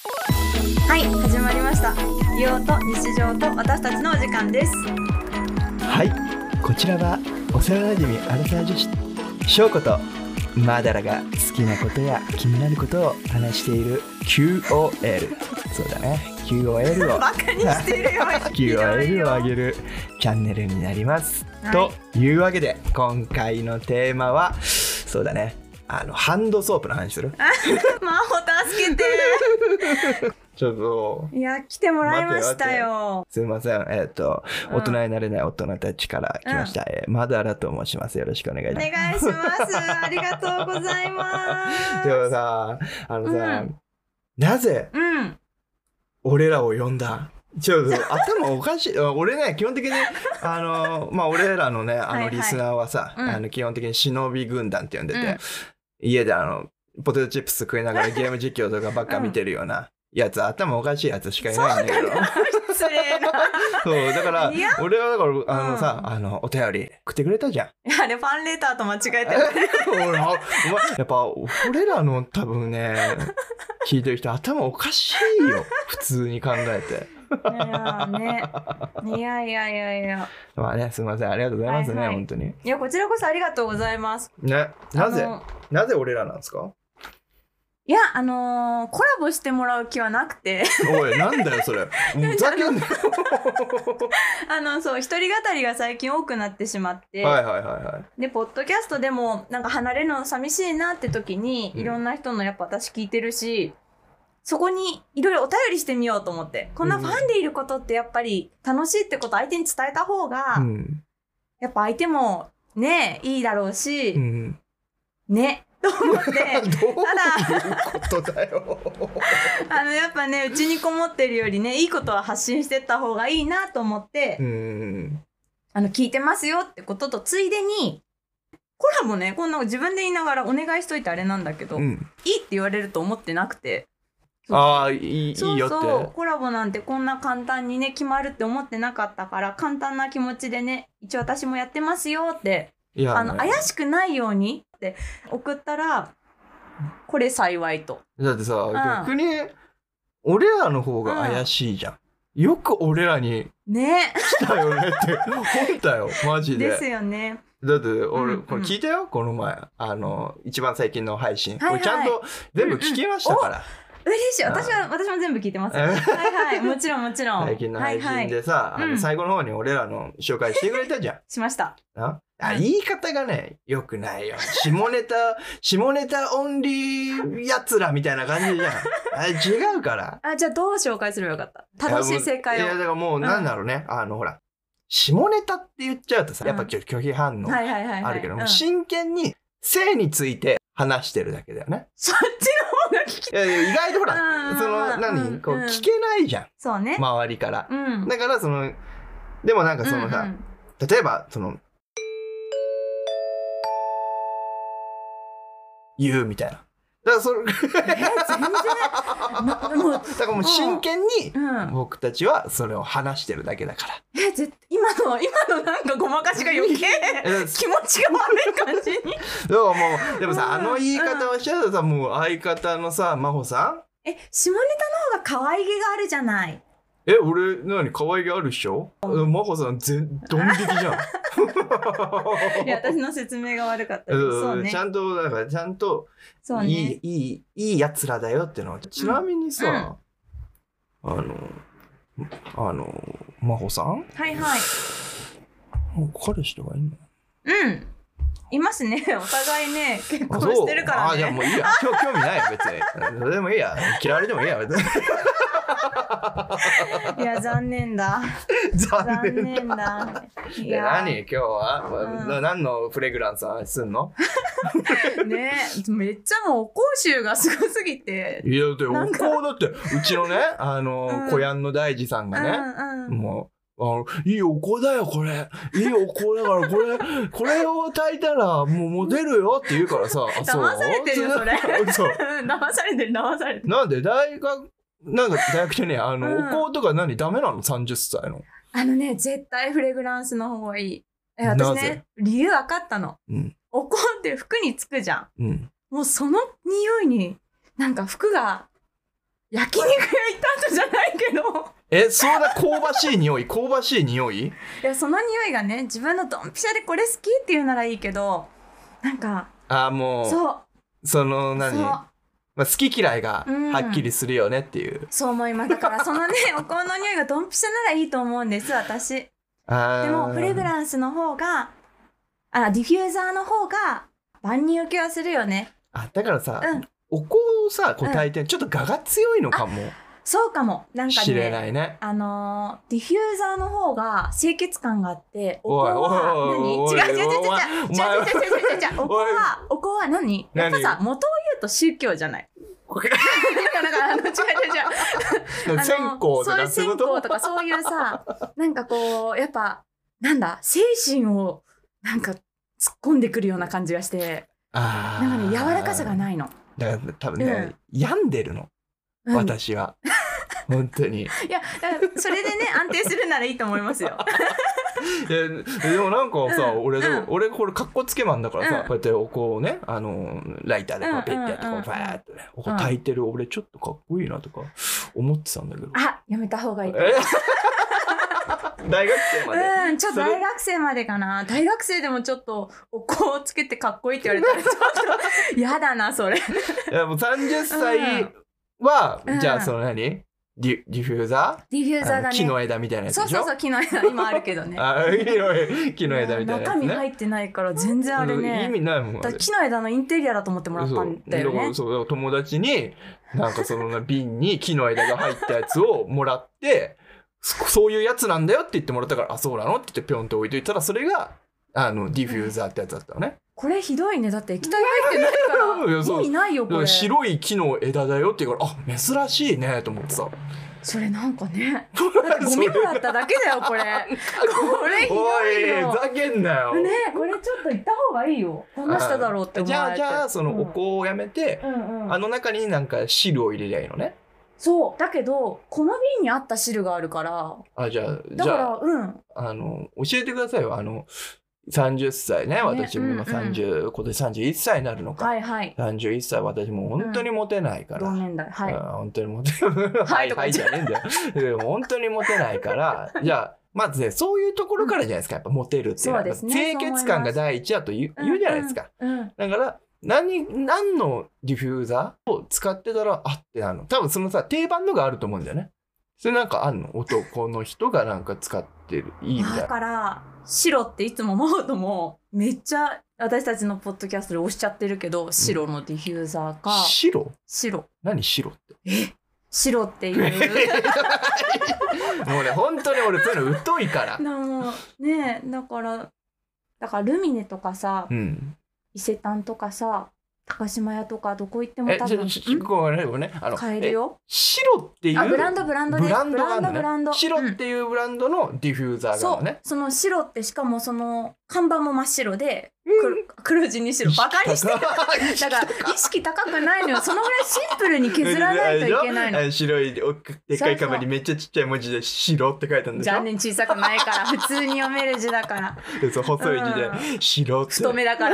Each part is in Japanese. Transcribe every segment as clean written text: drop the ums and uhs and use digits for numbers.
はい、始まりました。美容と日常と私たちのお時間です。 はい、こちらは幼なじみアラサー女子翔子とマダラが好きなことや気になることを話している QOL そうだね QOL をバカにしてるよ QOL を上げるチャンネルになります、はい、というわけで今回のテーマはそうだねハンドソープの話する魔法助けてちょっといや来てもらいましたよ。 すいません大人になれない大人たちから来ました、マダラと申します。よろしくお願いします。 お願いしますありがとうございますでもさなぜ、俺らを呼んだちょっと頭おかしい俺ね基本的に俺らのねリスナーはさ、基本的に忍び軍団って呼んでて、家でポテトチップス食いながらゲーム実況とかばっか見てるようなやつ、頭おかしいやつしかいないんだけど失礼なそうだから俺はだからお便り送ってくれたじゃん。 あれファンレターと間違えてるやっぱ俺らの多分ね聞いてる人頭おかしいよ普通に考えていやまあねすみませんありがとうございますね、本当に。 いやこちらこそありがとうございますね。なぜ俺らなんですか？ いやコラボしてもらう気はなくておいなんだよそれふざけんなよそう一人語りが最近多くなってしまってでポッドキャストでもなんか離れるの寂しいなって時に、いろんな人のやっぱ私聞いてるしそこにいろいろお便りしてみようと思ってこんなファンでいることってやっぱり楽しいってことを相手に伝えた方が、やっぱ相手もねいいだろうし、ねと思ってどういうことだよやっぱねうちにこもってるよりねいいことは発信してった方がいいなと思って聞いてますよってこととついでにコラボねこんな自分で言いながらお願いしといてあれなんだけど、いいって言われると思ってなくていいよってコラボなんてこんな簡単にね決まるって思ってなかったから簡単な気持ちでね一応私もやってますよって怪しくないようにって送ったらこれ幸いと。 だってさ、逆に俺らの方が怪しいじゃん、よく俺らに来たよねって思ったよマジで。 ですよね。 だって俺、これ聞いたよこの前一番最近の配信、これちゃんと全部聞きましたから、 嬉しい。私も全部聞いてますもちろん最近の配信でさ、最後の方に俺らの紹介してくれたじゃんしました。 言い方がねよくないよ下ネタオンリーやつらみたいな感じじゃん違うからじゃあどう紹介すればよかった？正しい正解を。 いやだからもうなんだろうね、ほら下ネタって言っちゃうとさ、やっぱ拒否反応あるけども、真剣に性について話してるだけだよね。 そっちの方が聞きたい。 意外とほらこう聞けないじゃん。 そうね。 周りから。だからでもなんかさ、例えば言うみたいな。だから全然だからもう真剣に僕たちはそれを話してるだけだから。 今のなんかごまかしが余計気持ちが悪い感じに。 でもさ言い方をしちゃうとさ、もう相方のさ真帆さん下ネタの方が可愛げがあるじゃない。 俺可愛げあるっしょ？真帆さんドン引きじゃんいや私の説明が悪かったです。そうね。 ちゃんとそうね、 いいやつらだよってのは。ちなみにさ、真帆さん彼氏とかいんの？ いますね。お互いね結婚してるからね。 じゃあもういいや興味ないよ別にそれでもいいや嫌われてもいいや別にいや残念だ残念だ。 いや何今日は、何のフレグランスすんのねめっちゃもうお香臭がすごすぎて。 いやだってお香だってうちのね小屋の大地さんがね、もういいお香だよこれいいお香だからこれを炊いたらもうモテるよって言うからさ騙されてるよそれ騙されてるなんで大学ってねお香とかダメなの30歳の絶対フレグランスの方がいい。私ね理由分かったの、お香って服につくじゃん、もうその匂いになんか服が焼肉屋行った後じゃないけど。 そうだ、香ばしい匂いいや、その匂いがね、自分のドンピシャでこれ好きっていうならいいけど、なんか。 もう。 そう。 好き嫌いがはっきりするよねっていう。 そう思います。だからそのね、お香の匂いがドンピシャならいいと思うんです、私。でも、フレグランスの方が、ディフューザーの方が万人受けはするよね。 だからさ、お香をさ、こう炊いて、ちょっと我が強いのかも。 そうかも。なんかね、 知れないね。 ディフューザーの方が清潔感があって、お香は何？違う。お香は何？やっぱさ、元を言うと宗教じゃない。 線香とかそういう線香とかそういうさ、なんかこうやっぱなんだ精神をなんか突っ込んでくるような感じがして、なんかね柔らかさがないの。 だから多分ね、病んでるの。私は本当に。いやだからそれでね安定するならいいと思いますよ。 でもなんかさ、俺これカッコつけマンだからさ、こうやってお香をねライターでこうペッてやってこうバーってねお香炊いてる俺ちょっとかっこいいなとか思ってたんだけど。 やめた方がいい。 大学生まで。 ちょっと大学生までかな。大学生でもちょっとお香をつけてかっこいいって言われたらちょっとやだなそれ。いやもう30歳はじゃあその何？ディフューザーだね。 木の枝みたいなやつでしょ。 そう木の枝今あるけどね。 木の枝みたいなやつね。 中身入ってないから全然あれね。 意味ないもん。 木の枝のインテリアだと思ってもらったんだよね。 そう友達になんかその瓶に木の枝が入ったやつをもらってそういうやつなんだよって言ってもらったからそうなのって言ってピョンと置いといたらそれがディフューザーってやつだったのね。 これひどいね。だって液体入ってないから意味ないよこれ。 白い木の枝だよって言うから珍しいねと思ってさ。 それなんかねだってゴミもらっただけだよこれ。これひどいよ。 おいふざけんなよ。 ねこれちょっと言った方がいいよ。騙しただろうって思われて。 じゃあそのお香をやめて、中になんか汁を入れりゃいいのね。 そうだけどこの瓶に合った汁があるから。だから教えてくださいよ。30歳ね、私も今今年31歳になるのか。31歳、私もう本当にモテないから。 同年代。 本当にモテない。はい、じゃねえんだよ。本当にモテないから、じゃあ、まずね、そういうところからじゃないですか、やっぱモテるっていうのは。清潔感が第一だと言うじゃないですか。だから、何のディフューザーを使ってたら、ってなるの。多分そのさ、定番のがあると思うんだよね。それなんかあんの？男の人がなんか使ってる。いいみたいな。 だから、白っていつも思うともめっちゃ私たちのポッドキャストで押しちゃってるけど、白のディフューザーか。 白何白って。 白っていうもうね本当に俺そういうの疎いから。 もうねだからルミネとかさ、伊勢丹とかさ高島屋とかどこ行っても多分買えるよ。 白っていうブランドがあるのね。白っていうブランドのディフューザーがあるのね。 その白ってしかもその看板も真っ白で黒地に白。バカにしてる。だから意識高くないのよ。そのぐらいシンプルに削らないといけないの。 白いでっかいカバンにめっちゃちっちゃい文字で白って書いてあるんでしょ。 残念小さくないから普通に読める字だから。 細い字で白って。 太めだから。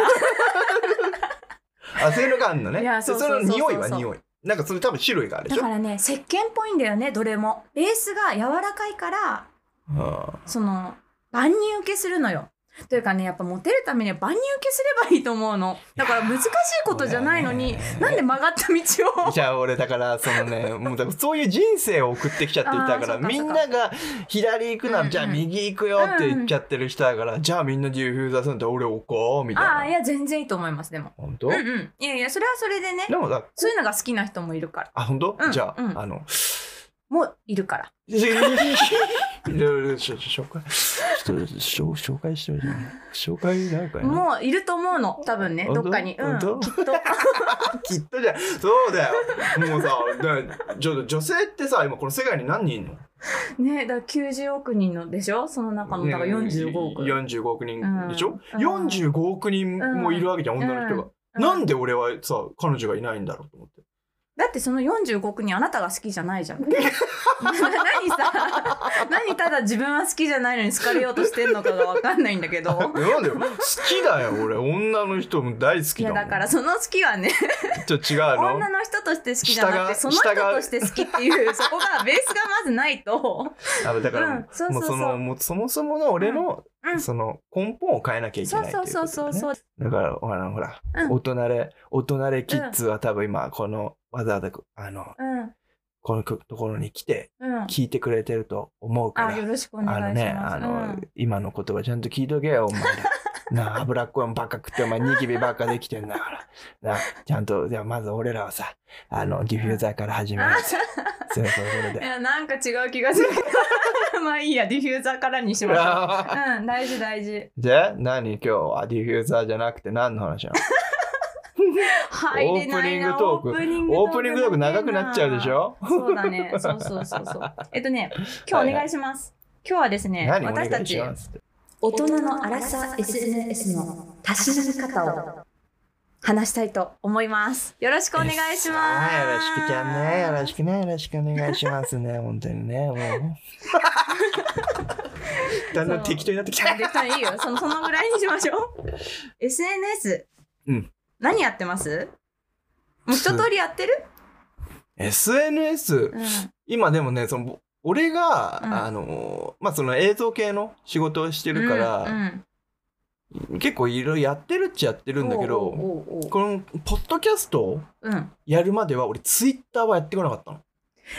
そういうのがあるのね。その匂いは匂い。なんかそれ多分種類があるでしょ。 だからね石鹸っぽいんだよねどれも。ベースが柔らかいからその万人受けするのよ。というかねやっぱモテるためには万人受けすればいいと思うの。だから難しいことじゃないのになんで曲がった道を。 じゃあ俺だからそのねもうだからそういう人生を送ってきちゃっていたからみんなが左行くならじゃあ右行くよって言っちゃってる人だからじゃあみんなディフューザーするんだ俺置こうみたいな。 いや全然いいと思います。でも本当？ いやそれはそれでね。でもそういうのが好きな人もいるから。 本当？じゃあもういるから。 紹介してるじゃん。紹介なんかもういると思うの多分ねどっかに。きっときっとじゃん。そうだよ。もうさ女性ってさ今この世界に何人いんの？ ねだから90億人のでしょ。その中のだから45億。 45億人でしょ。45億人もいるわけじゃん女の人が。なんで俺はさ彼女がいないんだろうと思って。 だってその45組あなたが好きじゃないじゃん。何ただ自分は好きじゃないのに好かれようとしてんのかが分かんないんだけど。 なんでよ、好きだよ俺、女の人も大好きだもん。 いやだからその好きはねちょっと違うの。 女の人として好きじゃなくてその人として好きっていうそこがベースがまずないと。 だから、もうそもそもの俺の、その根本を変えなきゃいけないっていうことね。だからほら、大人れキッズは多分今このわざわざこのところに来て聞いてくれてると思うから、 よろしくお願いします。 今の言葉ちゃんと聞いとけよお前ら。なあ、脂っこいもバカ食ってお前ニキビばっかできてんだからな、ちゃんと。ではまず俺らはさ、ディフューザーから始めます。そういうところで。 いやなんか違う気がするけどまあいいや、ディフューザーからにしましょう。大事大事。 じゃあ何今日はディフューザーじゃなくて何の話なの？ 入れないな。 オープニングトーク長くなっちゃうでしょ。 そうだね。そう。今日お願いします。今日はですね、私たち大人のアラサー SNS のたしなみ方を話したいと思います。よろしくお願いします。 よろしくちゃんね。よろしくお願いしますね。本当にね。もうだんだん適当になってきた。 いいよ。そのぐらいにしましょう。SNS。何やってます？もう一通りやってる？ SNS、今でもね、俺が、その映像系の仕事をしてるから、結構いろいろやってるっちゃやってるんだけど、このポッドキャストをやるまでは俺ツイッターはやってこなかったの。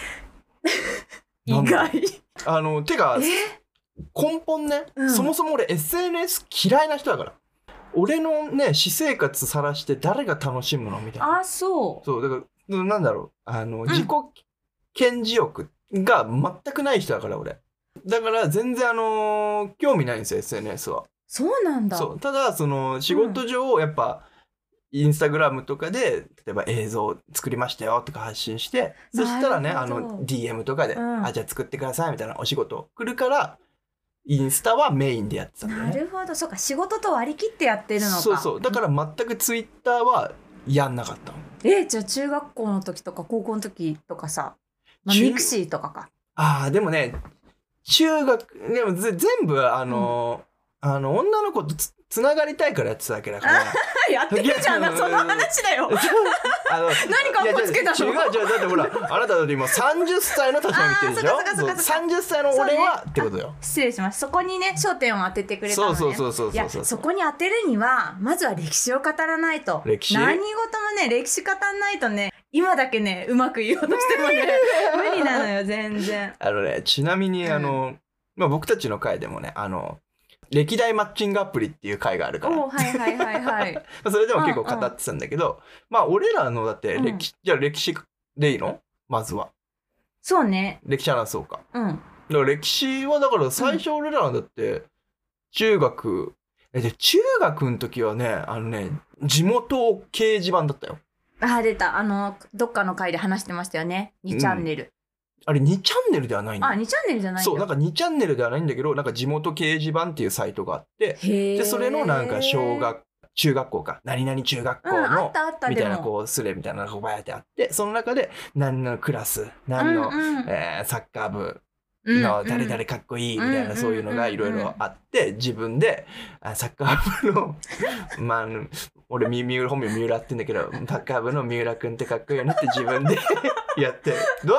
意外。 てか根本ね、そもそも俺 SNS 嫌いな人だから。俺のね私生活さらして誰が楽しむのみたいな。そうだからなんだろう、自己顕示欲が全くない人だから俺。だから全然興味ないんですよ SNS は。 そうなんだ。 そうただその仕事上やっぱインスタグラムとかで例えば映像作りましたよとか発信して、そしたらねDM とかで、じゃあ作ってくださいみたいなお仕事来るから、インスタはメインでやってたんだよね。 なるほど。そうか、仕事と割り切ってやってるのか。 そうだから全くツイッターはやんなかったの。 じゃあ中学校の時とか高校の時とかさ、ミクシーとかか。 でもね、でも全部女の子とつながりたいからやってたわけだから。 やってるじゃんな、その話だよ。何かっこつけたの？ 違う、だってほら、あなただって今30歳の立場見てるでしょ。30歳の俺はってことよ。 失礼します。そこにね焦点を当ててくれたのね。 そう。 いや、そこに当てるにはまずは歴史を語らないと。何事もね歴史語らないとね、今だけねうまく言おうとしてもね無理なのよ全然。 ちなみに僕たちの回でもね歴代マッチングアプリっていう回があるから。 はいそれでも結構語ってたんだけど、俺らのだってじゃあ歴史でいいの？まずは。 そうね。 歴史話そうか。だから歴史はだから最初俺らのだって中学の時はね地元掲示板だったよ。 出た。どっかの回で話してましたよね。2チャンネル。 あれ2チャンネルではないんだ。 2チャンネルじゃないんだ。 そう、なんか2チャンネルではないんだけど、なんか地元掲示板っていうサイトがあって、でそれのなんか中学校か何々中学校のみたいなこうスレみたいなのがバーってあって、その中で何のクラス何のサッカー部の誰々かっこいいみたいなそういうのがいろいろあって、自分でサッカー部の俺本名三浦って言うんだけど、サッカー部の三浦くんってかっこいいよねって自分でやって、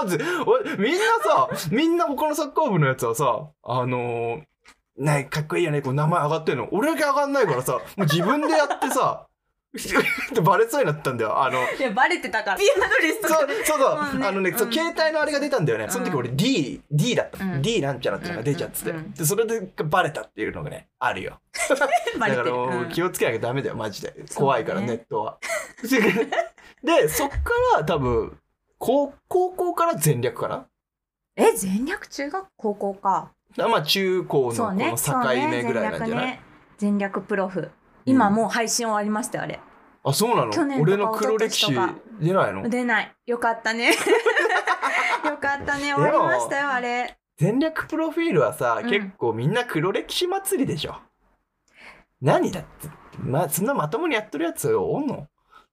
みんな他のサッカー部のやつはさかっこいいよねこう名前上がってんの、俺だけ上がんないからさ、もう自分でやってさバレそうになったんだよ。 いやバレてたから。 そう携帯のあれが出たんだよね。その時俺 D だった。D なんちゃらってのが出ちゃってて、でそれでバレたっていうのがねあるよ。だから気をつけなきゃダメだよマジで。怖いからネットは。でそっから多分高校から全略かな。 全略中学高校か。 中高のこの境目ぐらいなんじゃない？ 全略プロフ。今もう配信終わりましたよあれ。 そうなの？俺の黒歴史出ないの？ 出ない。よかったね。よかったね。終わりましたよあれ。 全略プロフィールはさ、結構みんな黒歴史祭りでしょ。何だってそんなまともにやってるやつおんの？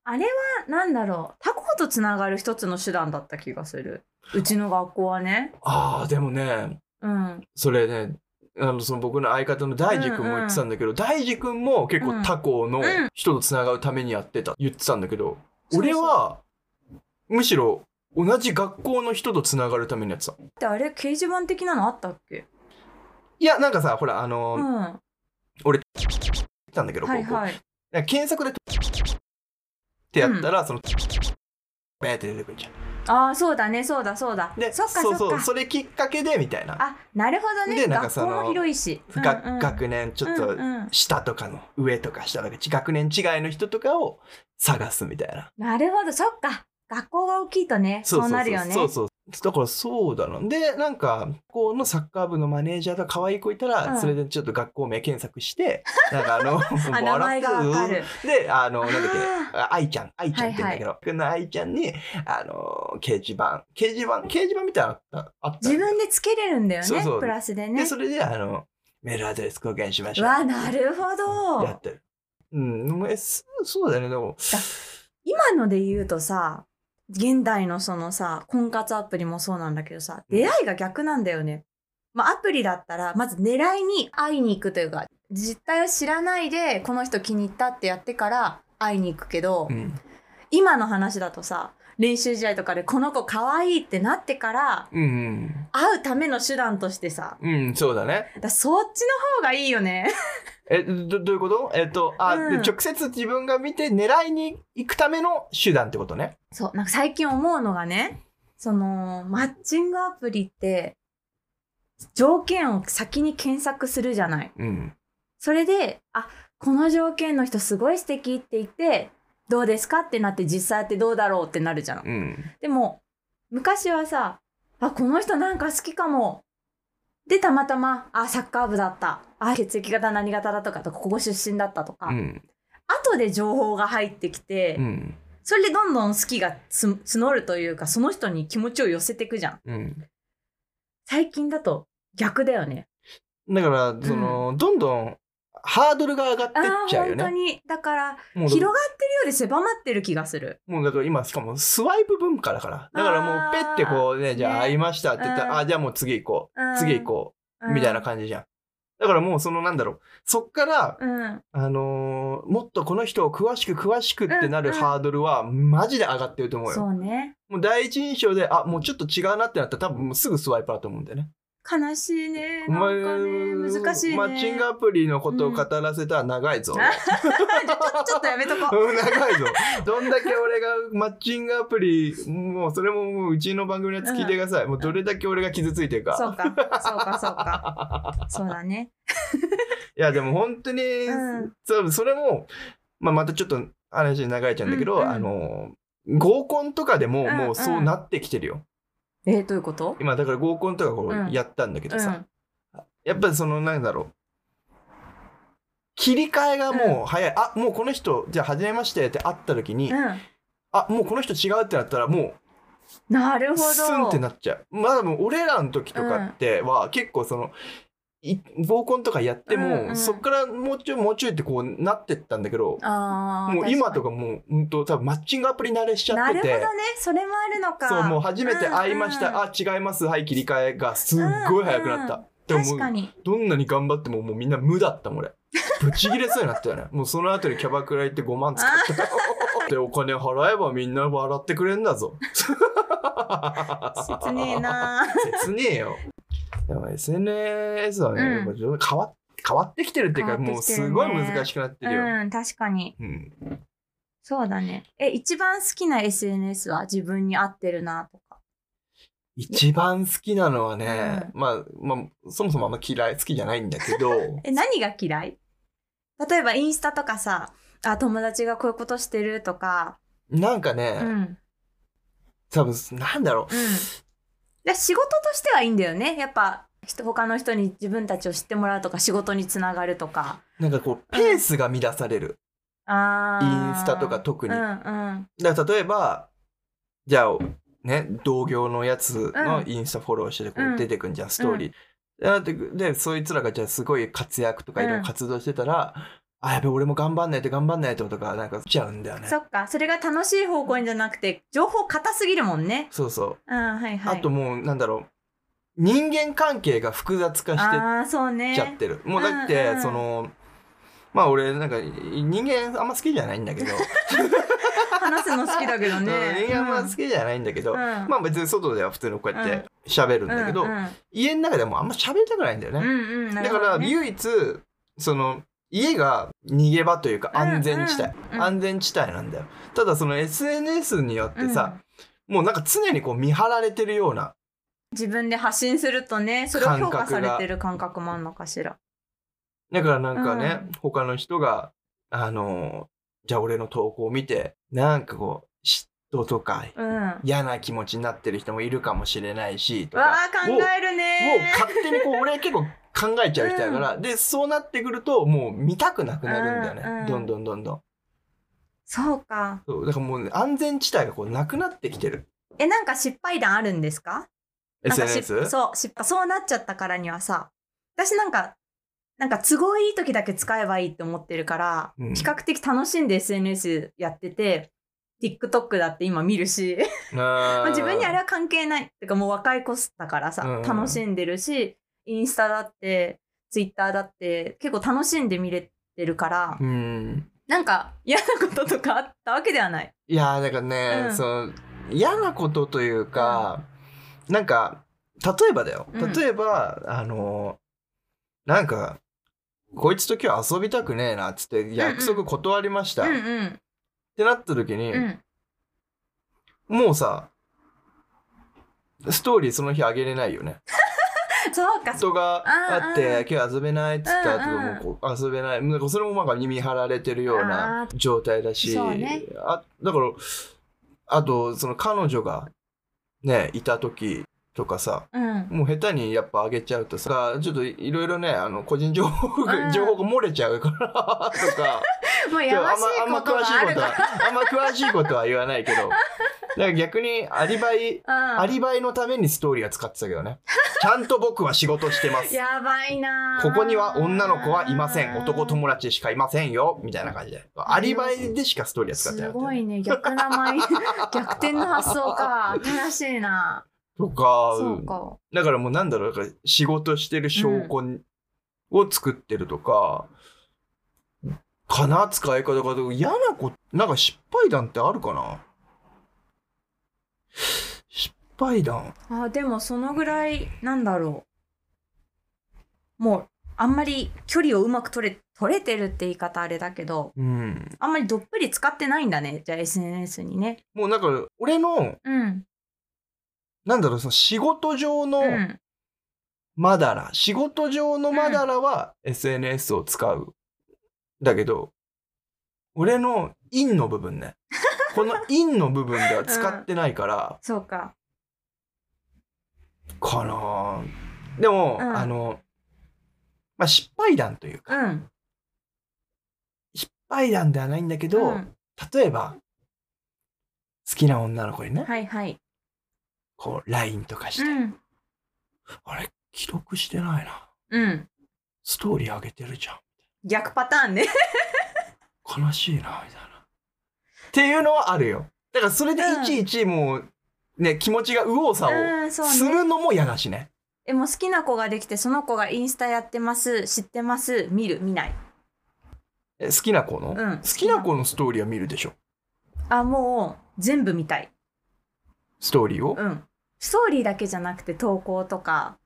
あれはなんだろう、他校とつながる一つの手段だった気がする。うちの学校はね。 でもね、それね、その僕の相方の大地君も言ってたんだけど、大地君も結構他校の人とつながるためにやってた、言ってたんだけど、俺はむしろ同じ学校の人とつながるためにやってた。 で、あれ掲示板的なのあったっけ？ いや、なんかさ、ほら俺言ったんだけど、検索でってやったら、そのベーって出てくるじゃん。 そうだね、そうだ。 で、それきっかけでみたいな。 なるほどね。で、なんか学校も広いし、 学年ちょっと下とかの上とか下とか学年違いの人とかを探すみたいな。 なるほど、そっか。学校が大きいとね、そうなるよね。 だからそうだな。で、なんか、このサッカー部のマネージャーが可愛い子いたら、それでちょっと学校名検索して、なんか名前がわかる。 で、なんだっけ、愛ちゃんって言うんだけど、この愛ちゃんに、掲示板みたいなのあった。 自分でつけれるんだよね、プラスでね。 で、それで、メールアドレス交換しましょう。 なるほど。 やってる。そうだよね、でも。 今ので言うとさ、現代のそのさ、婚活アプリもそうなんだけどさ、出会いが逆なんだよね。アプリだったら、まず狙いに会いに行くというか、実態を知らないで、この人気に入ったってやってから会いに行くけど、今の話だとさ、練習試合とかでこの子可愛いってなってから、会うための手段としてさ。 そうだね。 そっちの方がいいよね。 どういうこと？直接自分が見て狙いに行くための手段ってことね。 そう、なんか最近思うのがね、そのマッチングアプリって条件を先に検索するじゃない。それで、この条件の人すごい素敵って言って、どうですかってなって実際ってどうだろうってなるじゃん。でも昔はさ、この人なんか好きかも。で、たまたま、サッカー部だった。血液型何型だとか、ここ出身だったとか。後で情報が入ってきて、それでどんどん好きが募るというか、その人に気持ちを寄せていくじゃん。最近だと逆だよね。 だから、どんどんハードルが上がってっちゃうよね。 本当に。だから、広がってるようで狭まってる気がする。 もうだから今、しかもスワイプ文化だから。だからもうペッてこうね、じゃあ会いましたって言ったら、じゃあもう次行こう。みたいな感じじゃん。だからもうそっから、もっとこの人を詳しくってなるハードルはマジで上がってると思うよ。 そうね。 もう第一印象で、もうちょっと違うなってなったら多分もうすぐスワイプだと思うんだよね。 悲しいね。なんかね、難しいね。 マッチングアプリのことを語らせたら長いぞ。 ちょっとやめとこう。 長いぞ。どんだけ俺がマッチングアプリ、もうそれももううちの番組のやつ聞いてください。もうどれだけ俺が傷ついてるか。 そうか。そうだね。 いやでも本当に、それも、またちょっと話長いちゃうんだけど、合コンとかでももうそうなってきてるよ。 どういうこと？ 今だから合コンとかこうやったんだけどさ、やっぱりなんだろう、切り替えがもう早い。もうこの人じゃあ初めましてって会った時に、もうこの人違うってなったらもうなるほどスンってなっちゃう。でも俺らの時とかっては結構合コンとかやっても、そっからもうちょいってこうなってったんだけど、もう今とかもう多分マッチングアプリ慣れしちゃってて。 なるほどね、それもあるのか。 そう、もう初めて会いました、違います、はい、切り替えがすっごい早くなった。でも確かに。 どんなに頑張ってももうみんな無だったもん俺。ぶち切れそうになったよね。もうその後にキャバクラ行って5万使ったで、お金払えばみんな笑ってくれんだぞ。 切ねえな。 切ねえよ。でも SNS はね、変わってきてるっていうか、もうすごい難しくなってるよ。 確かに。そうだね。一番好きな SNS は自分に合ってるなとか。 一番好きなのはね、そもそもあんま好きじゃないんだけど。 何が嫌い？例えばインスタとかさ、友達がこういうことしてるとか。 なんかね、多分なんだろう。 仕事としてはいいんだよね。やっぱ他の人に自分たちを知ってもらうとか仕事につながるとか。 なんかこうペースが乱される。インスタとか特に。だから例えばじゃあね、同業のやつのインスタフォローしてこう出てくんじゃん、ストーリー。でそいつらがじゃあすごい活躍とかいろいろ活動してたら、 やべ俺も頑張んないととかなんかしちゃうんだよね。 そっか、それが楽しい方向にじゃなくて情報硬すぎるもんね。 そうそう。 はいはい。 あともうなんだろう、人間関係が複雑化してそうね、 ちゃってる。もうだってそのまあ俺なんか人間あんま好きじゃないんだけど話すの好きだけどね人間あんま好きじゃないんだけど、まあ別に外では普通にこうやって喋るんだけど、家の中でもあんま喋りたくないんだよね。だから唯一その家が逃げ場というか安全地帯、安全地帯なんだよ。ただその SNS によってさ、もうなんか常にこう見張られてるような、 自分で発信するとね、それを評価されてる感覚もあるのかしら。 だからなんかね、他の人がじゃあ俺の投稿を見てなんかこう嫉妬とか、嫌な気持ちになってる人もいるかもしれないしとか、 考えるね。 もう勝手にこう俺結構考えちゃう人だから、でそうなってくるともう見たくなくなるんだよね、どんどん。 そうか。 そうだからもう安全地帯がこうなくなってきてる。 なんか失敗談あるんですか？ SNS？ そうなっちゃったからにはさ、私なんか都合いい時だけ使えばいいって思ってるから、比較的楽しんで SNS やってて、TikTok だって今見るしまあ自分にあれは関係ないってか、もう若い子だからさ、楽しんでるし、インスタだってツイッターだって結構楽しんで見れてるから、なんか嫌なこととかあったわけではない。 いやだからね、その嫌なことというか、なんか例えばだよ、例えばなんかこいつと今日遊びたくねえなっつって約束断りました、ってなった時に、もうさストーリーその日あげれないよねそうか。 人があって今日遊べないっつった後もこう遊べない、なんかそれもなんか見張られてるような状態だし、だからあとその彼女がねいた時とかさ、もう下手にやっぱ上げちゃうとさ、ちょっといろいろね個人情報が漏れちゃうからとかもうやましいことがあるからあんま詳しいことは言わないけど、だから逆にアリバイのためにストーリーは使ってたけどね。ちゃんと僕は仕事してます。 やばいな。 ここには女の子はいません。男友達しかいませんよ。みたいな感じで。アリバイでしかストーリーは使ってない。 すごいね。逆転の発想か。新しいな。 とか。そうか。だからもうなんだろう、仕事してる証拠を作ってるとか、かな、使い方が。嫌なこと、なんか失敗談ってあるかな？失敗談。 でもそのぐらいなんだろう。もうあんまり距離をうまく取れてるって言い方あれだけど、あんまりどっぷり使ってないんだね。じゃあ SNS にね。 もうなんか俺の、なんだろう、その仕事上のまだら、仕事上のまだらは SNS を使う。だけど、俺の陰の部分ね。この陰の部分では使ってないから。 そうか。 かな。でも、まあ、失敗談というか、失敗談ではないんだけど、例えば、好きな女の子にね、こう、LINE とかして、あれ、既読してないな。ストーリー上げてるじゃん。 逆パターンね。 悲しいな、みたいな。っていうのはあるよ。だからそれでいちいちもう、ね、気持ちが右往左往するのも嫌だしね。 もう好きな子ができて、その子がインスタやってます、知ってます、見ない。 好きな子の、好きな子のストーリーは見るでしょ。 もう全部見たい。 ストーリーを？ ストーリーだけじゃなくて投稿とか。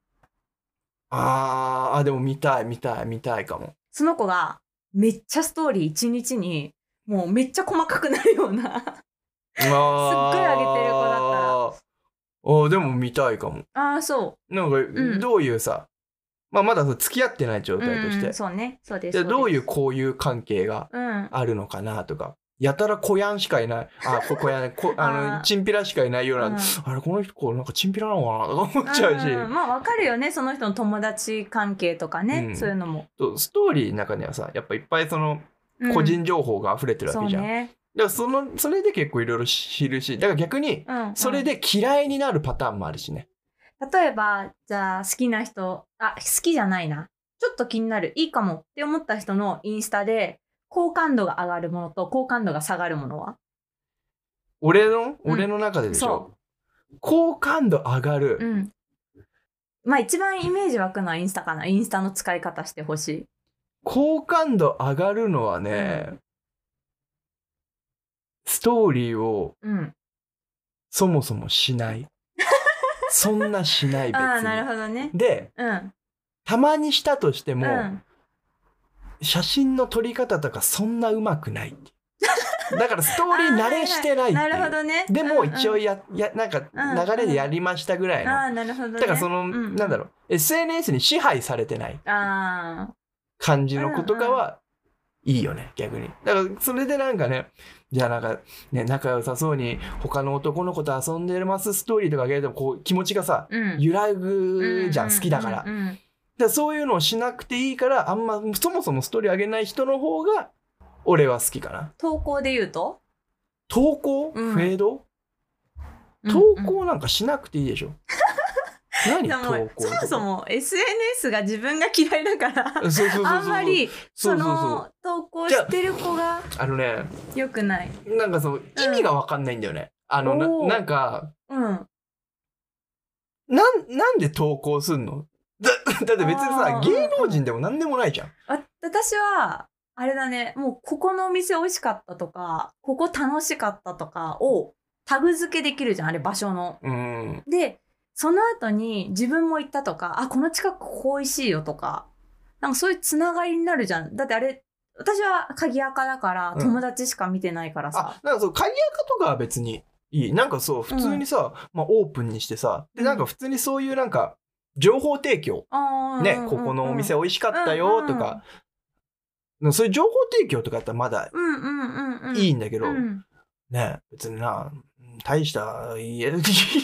でも見たいかも。 その子がめっちゃストーリー1日にもうめっちゃ細かくなるようなすっごい上げてる子だったら。 でも見たいかも。 そう。 なんか、どういうさ、まだ付き合ってない状態として。 そうね。そうです。 どういう交友関係があるのかなとか。やたら小やんしかいない。チンピラしかいないような。あれ、この人、なんかチンピラなのかなとか思っちゃうし。 わかるよね。その人の友達関係とかね。そういうのも。 ストーリーの中にはさ、やっぱいっぱいその、個人情報が溢れてるわけじゃん。だからそれで結構いろいろ知るし、だから逆に、それで嫌いになるパターンもあるしね。 例えば、じゃあ好きな人、好きじゃないな。ちょっと気になる、いいかもって思った人のインスタで、 好感度が上がるものと好感度が下がるものは？ 俺の中ででしょ。好感度上がる。 まあ一番イメージ湧くのはインスタかな。インスタの使い方してほしい。 好感度上がるのはね、ストーリーをそもそもしない。そんなしない別に。 あ、なるほどね。 で、たまにしたとしても、写真の撮り方とかそんな上手くない。だからストーリー慣れしてないっていう。 なるほどね。 でも一応なんか流れでやりましたぐらいの。 なるほどね。 だからその、なんだろう、SNS に支配されてない感じの子とかはいいよね、逆に。だからそれでなんかね、じゃあなんかね、仲良さそうに他の男の子と遊んでますストーリーとかあげるとこう気持ちがさ、揺らぐじゃん、好きだから。だからそういうのをしなくていいから、あんまそもそもストーリーあげない人の方が俺は好きかな。 投稿で言うと？ 投稿？フェード？投稿なんかしなくていいでしょ。何投稿？ そもそも SNS が自分が嫌いだからあんまりその投稿してる子が良くない。 なんかそう意味が分かんないんだよね。なんかなんで投稿すんの？だって別にさ芸能人でも何でもないじゃん。 私はあれだね、もうここのお店美味しかったとかここ楽しかったとかをタグ付けできるじゃん、あれ場所の。でその後に自分も行ったとか、この近くここ美味しいよとか、なんかそういうつながりになるじゃん。だってあれ、私は鍵垢だから友達しか見てないからさ。 なんかそう鍵垢とかは別にいい。なんかそう普通にさ、まあオープンにしてさ、でなんか普通にそういうなんか情報提供、ね、ここのお店美味しかったよとか、そういう情報提供とかだったらまだいいんだけど、ね、別にな大した家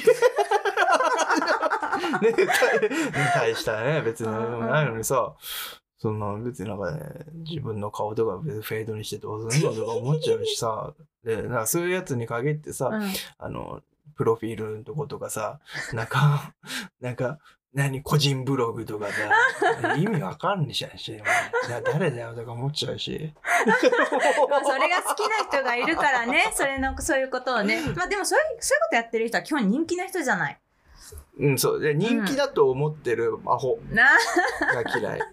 ね、大したね別にないのにさ、そんな別になんかね自分の顔とか別にフェードにしてどうすんのとか思っちゃうしさ、でなんかそういうやつに限ってさ、プロフィールのとことかさ、なんか何個人ブログとかさ意味わかんねえじゃんし、誰だよとか思っちゃうしそれが好きな人がいるからね、そういうことをね、まあでもそういうことやってる人は基本人気な人じゃない。 そうで人気だと思ってるアホが嫌い。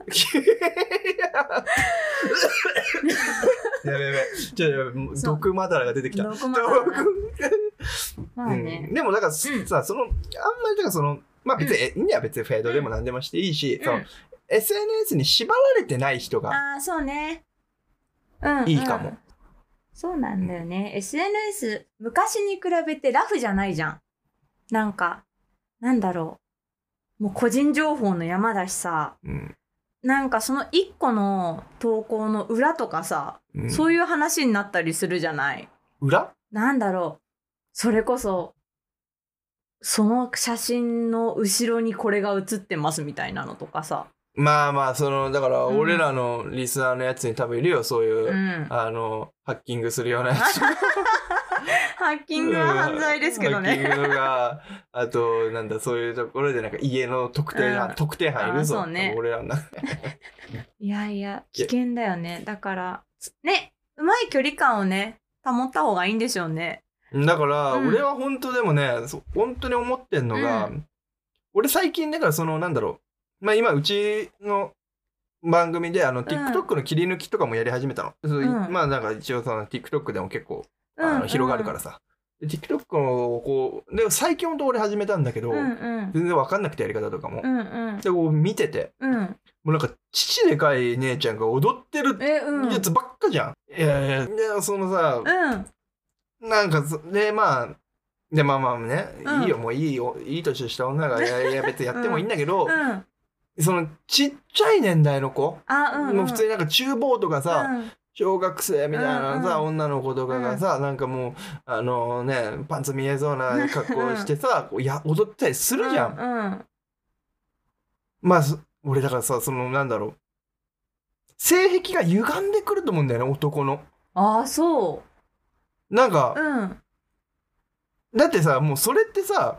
やべ、ちょっと毒まだらが出てきた。でもだからさ、あんまりだからまあ別にいいんだよ、別にフェードでも何でもしていいし、SNS に縛られてない人がそうね、 いいかも。 そうなんだよね。SNS 昔に比べてラフじゃないじゃん。なんだろう、もう個人情報の山だしさ、なんかその一個の投稿の裏とかさ、そういう話になったりするじゃない。 裏？ なんだろう、それこそその写真の後ろにこれが写ってますみたいなのとかさ。 まあだから俺らのリスナーのやつに多分いるよ、そういう、ハッキングするようなやつ。 ハッキングは犯罪ですけどね。 ハッキングが、あと、なんだ、そういうところでなんか家の特定班いるぞ。 そうね。 俺らの。いや、危険だよね。だから、ね、うまい距離感をね、保った方がいいんでしょうね。 だから、俺は本当でもね、本当に思ってんのが、俺最近だからなんだろう。まあ今、うちの番組でTikTok の切り抜きとかもやり始めたの。まあなんか一応TikTok でも結構、広がるからさ。TikTok をこう、で最近ほんと俺始めたんだけど、全然わかんなくてやり方とかも。で、こう見てて、もうなんか父でかい姉ちゃんが踊ってるやつばっかじゃん。いや、そのさ、なんか、で、まあね、いいよ、もういいよ、いい年した女が、いや別にやってもいいんだけど、そのちっちゃい年代の子、もう普通になんか厨房とかさ、小学生みたいなさ、女の子とかがさ、なんかもうね、パンツ見えそうな格好してさ、踊ったりするじゃん。まあ俺だからさ、なんだろう、性癖が歪んでくると思うんだよね、男の。そう。なんか、だってさ、もうそれってさ、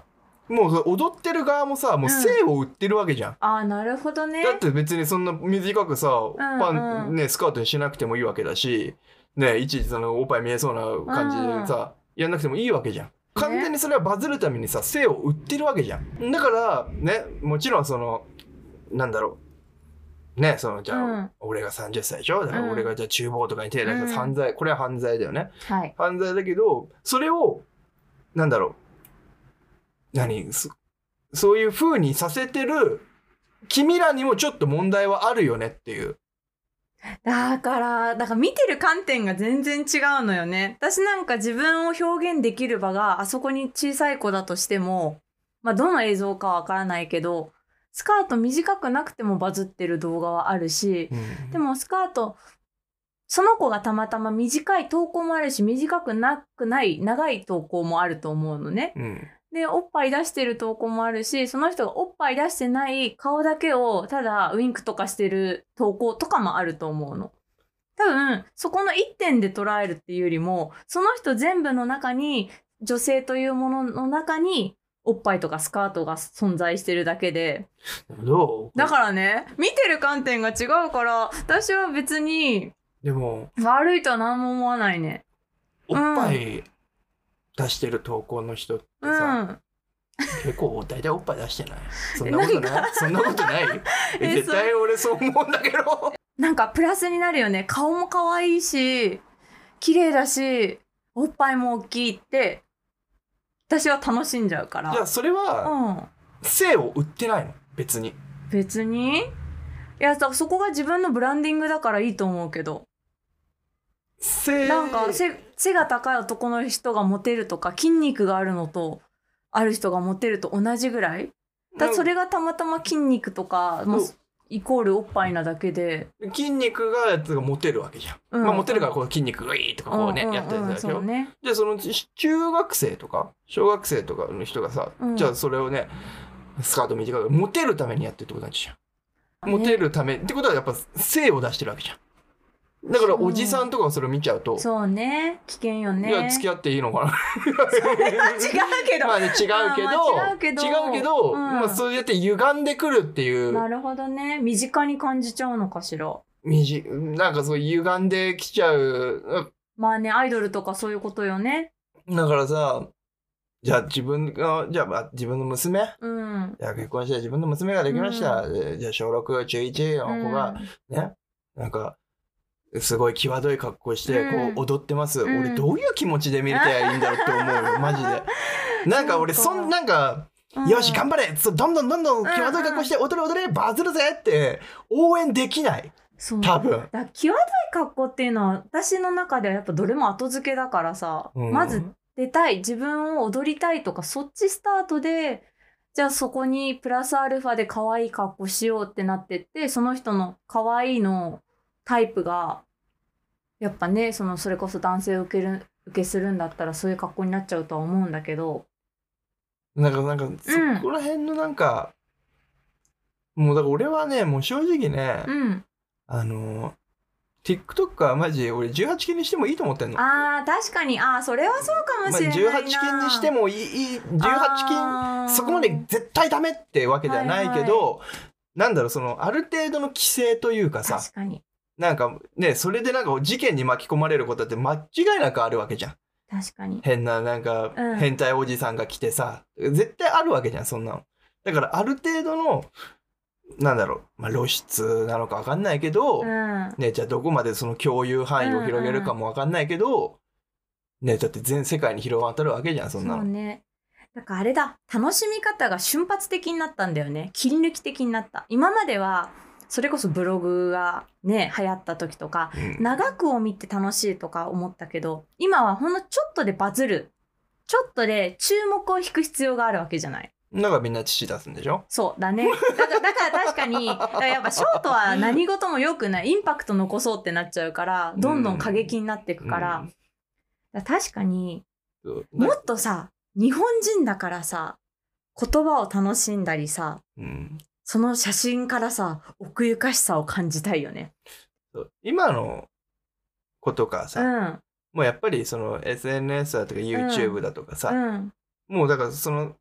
もう踊ってる側もさ、もう性を売ってるわけじゃん。 ああ、なるほどね。 だって別にそんな短くさ、パンね、スカートにしなくてもいいわけだし、ね、いちいちそのおっぱい見えそうな感じでさ、やんなくてもいいわけじゃん。完全にそれはバズるためにさ、性を売ってるわけじゃん。だから、ね、もちろんその、なんだろう。ね、その、じゃあ、俺が30歳でしょ？だから俺がじゃあ厨房とかに手出したら犯罪、これは犯罪だよね。 はい。 犯罪だけど、それを、なんだろう。そういう風にさせてる君らにもちょっと問題はあるよねっていう。 だから見てる観点が全然違うのよね。私なんか自分を表現できる場があそこに小さい子だとしても、まあどの映像かわからないけど、スカート短くなくてもバズってる動画はあるし、でもスカート、その子がたまたま短い投稿もあるし、短くなくない長い投稿もあると思うのね。で、おっぱい出してる投稿もあるし、その人がおっぱい出してない顔だけをただウインクとかしてる投稿とかもあると思うの。多分、そこの一点で捉えるっていうよりも、その人全部の中に、女性というものの中に、おっぱいとかスカートが存在してるだけで。 どう？ だからね、見てる観点が違うから、私は別に、 でも、 悪いとは何も思わないね。 おっぱい出してる投稿の人ってさ、結構大体おっぱい出してない？そんなことない？そんなことない？絶対俺そう思うんだけど。 なんかプラスになるよね。顔も可愛いし、綺麗だし、おっぱいも大きいって、私は楽しんじゃうから。 いや、それは、性を売ってないの？別に。 別に？いや、そこが自分のブランディングだからいいと思うけど。なんか背が高い男の人がモテるとか、筋肉があるのと、ある人がモテると同じぐらい？それがたまたま筋肉とか、イコールおっぱいなだけで。 筋肉がやつがモテるわけじゃん。まあモテるからこの筋肉グイーとかこうね、やってるんだけど。で、その中学生とか小学生とかの人がさ、じゃあそれをね、スカート短くモテるためにやってるってことなんじゃん。モテるためってことはやっぱ性を出してるわけじゃん。だからおじさんとかそれを見ちゃうと、 そうね、危険よね。 いや付き合っていいのかな。 それは違うけど。 まあね、違うけど、まあそうやって歪んでくるっていう。 なるほどね。身近に感じちゃうのかしら。 なんかそう歪んできちゃう。 まあね、アイドルとかそういうことよね。 だからさ、じゃあ自分の娘、じゃあ結婚して自分の娘ができました。じゃあ小6、中1の子が、ね、なんか、すごい際どい格好して、こう踊ってます。俺どういう気持ちで見れたらいいんだろうって思うよ、マジで。なんか俺、なんか、よし、頑張れどんどん際どい格好して、踊れバズるぜって応援できない。多分。 際どい格好っていうのは、私の中ではやっぱどれも後付けだからさ、まず出たい、自分を踊りたいとか、そっちスタートで、じゃあそこにプラスアルファで可愛い格好しようってなってって、その人の可愛いのタイプが、やっぱね、それこそ男性を受けするんだったらそういう格好になっちゃうとは思うんだけど。 なんか、そこら辺のなんか、もうだから俺はね、もう正直ね、TikTok はマジ俺18禁にしてもいいと思ってんの。 確かに。それはそうかもしれないな。 18禁にしてもいい、18禁、そこまで絶対ダメってわけではないけど、なんだろう、ある程度の規制というかさ、 確かに。 なんかね、それでなんか事件に巻き込まれることって間違いなくあるわけじゃん。 確かに。 変ななんか、変態おじさんが来てさ、絶対あるわけじゃん、そんなの。だからある程度の、なんだろう、露出なのかわかんないけど、ね、じゃあどこまでその共有範囲を広げるかもわかんないけど、ね、だって全世界に広がってるわけじゃん、そんなの。 そうね。だからあれだ、楽しみ方が瞬発的になったんだよね。切り抜き的になった。今までは、それこそブログがね、流行った時とか、長くを見て楽しいとか思ったけど、今はほんのちょっとでバズる。ちょっとで注目を引く必要があるわけじゃない。 だからみんな父出すんでしょ？ そうだね。だから確かに、やっぱショートは何事も良くない。インパクト残そうってなっちゃうから、どんどん過激になっていくから、確かに、もっとさ、日本人だからさ、言葉を楽しんだりさ、その写真からさ、奥ゆかしさを感じたいよね。 今の子とかさ、もうやっぱりその SNS だとか YouTube だとかさ、もうだから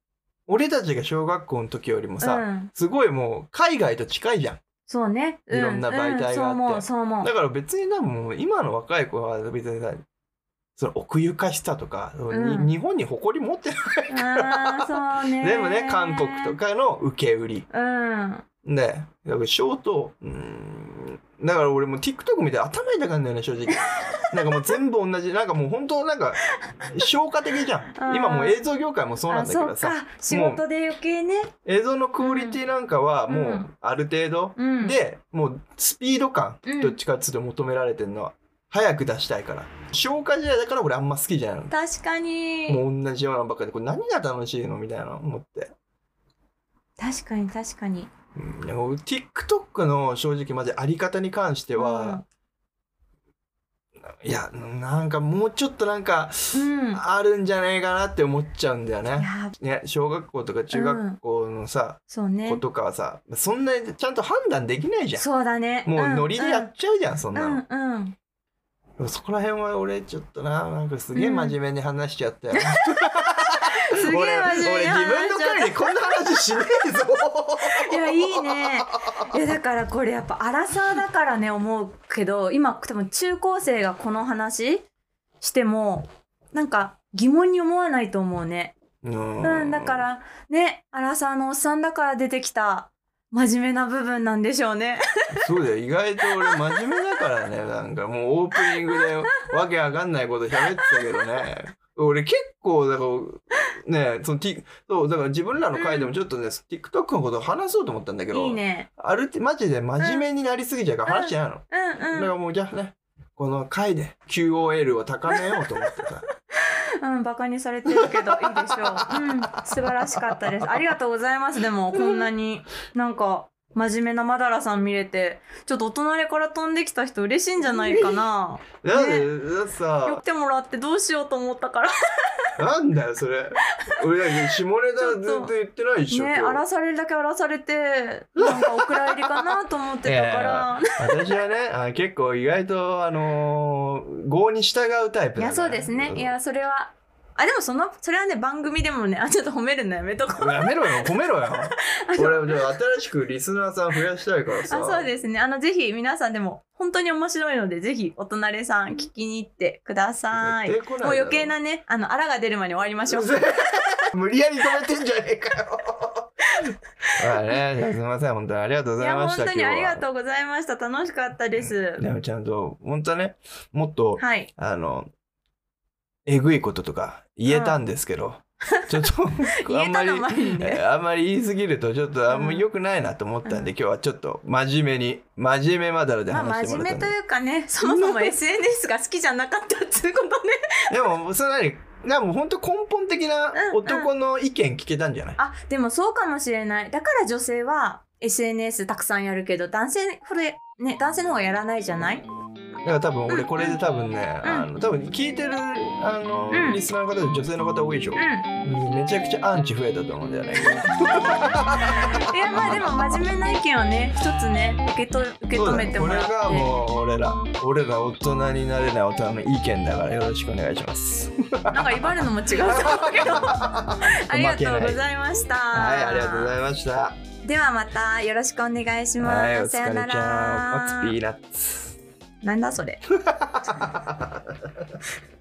俺たちが小学校の時よりもさ、すごいもう海外と近いじゃん。 そうね。 いろんな媒体があって。 そう思う。 だから別に多分今の若い子は別にさ、その奥ゆかしさとか、日本に誇り持ってないから。 そうね。 でもね、韓国とかの受け売り。で、だからショート、だから俺も TikTok 見て頭痛かんだよね、正直。なんかもう全部同じ、なんかもう本当なんか消化的じゃん。今もう映像業界もそうなんだけどさ。 仕事で余計ね。 映像のクオリティなんかはもうある程度で、もうスピード感、どっちかっつうと求められてるのは。早く出したいから。消化試合だから俺あんま好きじゃないの。 確かに。 もう同じようなばっかりで、これ何が楽しいのみたいな思って。 確かに確かに。 TikTok の正直マジあり方に関しては、いや、なんかもうちょっとなんか、あるんじゃないかなって思っちゃうんだよね。ね、小学校とか中学校のさ、子とかはさ、そんなにちゃんと判断できないじゃん。 そうだね。 もうノリでやっちゃうじゃん、そんなの。そこら辺は俺ちょっとなんかすげえ真面目に話しちゃったよ。 すげえ真面目に話しちゃった。 俺自分の回でこんな話しねえぞ。 いやいいね。いやだからこれやっぱアラサーだからね思うけど、今多分中高生がこの話してもなんか疑問に思わないと思うね。だからね、アラサーのおっさんだから出てきた真面目な部分なんでしょうね。 そうだよ、意外と俺真面目だからね。なんかもうオープニングでわけわかんないこと喋ってたけどね。俺結構だからね、そうだから自分らの回でもちょっとね、TikTok のことを話そうと思ったんだけど、 いいね。 マジで真面目になりすぎちゃうから話してないの。だからもうじゃあね、この回で QOL を高めようと思ってさ。 バカにされてるけどいいでしょう。素晴らしかったです。ありがとうございます。でもこんなになんか真面目なマダラさん見れて、ちょっとお隣から飛んできた人嬉しいんじゃないかな。 だってさ、 寄ってもらってどうしようと思ったから。 なんだよそれ。俺下ネタずっと言ってないでしょ。 ね、荒らされるだけ荒らされて、なんかお蔵入りかなと思ってたから。 私はね、結構意外と業に従うタイプ。 いやそうですね。いやそれは。でもそれはね、番組でもね、ちょっと褒めるのやめとこう。 やめろよ、褒めろよ。俺、じゃあ新しくリスナーさん増やしたいからさ。 そうですね。ぜひ皆さんでも、本当に面白いので、ぜひお隣さん聞きに行ってください。もう余計なね、あらが出る前に終わりましょう。 無理やり止めてんじゃねえかよ。まあね、すみません、本当にありがとうございました。 本当にありがとうございました。楽しかったです。 でもちゃんと、本当はね、もっと、えぐいこととか言えたんですけど、ちょっとあんまり言いすぎるとちょっとあんまり良くないなと思ったんで、今日はちょっと真面目まだらで話してもらったんで。 真面目というかね、そもそも SNS が好きじゃなかったっていうことね。 でもそれもう本当根本的な男の意見聞けたんじゃない？ でもそうかもしれない。だから女性は SNS たくさんやるけど、男性の方がやらないじゃない？ だから多分俺これで多分ね、多分聞いてるリスナーの方で女性の方多いでしょ。めちゃくちゃアンチ増えたと思うんだよね。いやでも真面目な意見をね、一つね受け止めてもらって。 これがもう俺ら大人になれない大人の意見だからよろしくお願いします。 なんか威張るのも違うと思うけど。ありがとうございました。 はい、ありがとうございました。 ではまたよろしくお願いします。 はい、お疲れちゃん。 さよなら。 What's peanuts？ なんだそれ。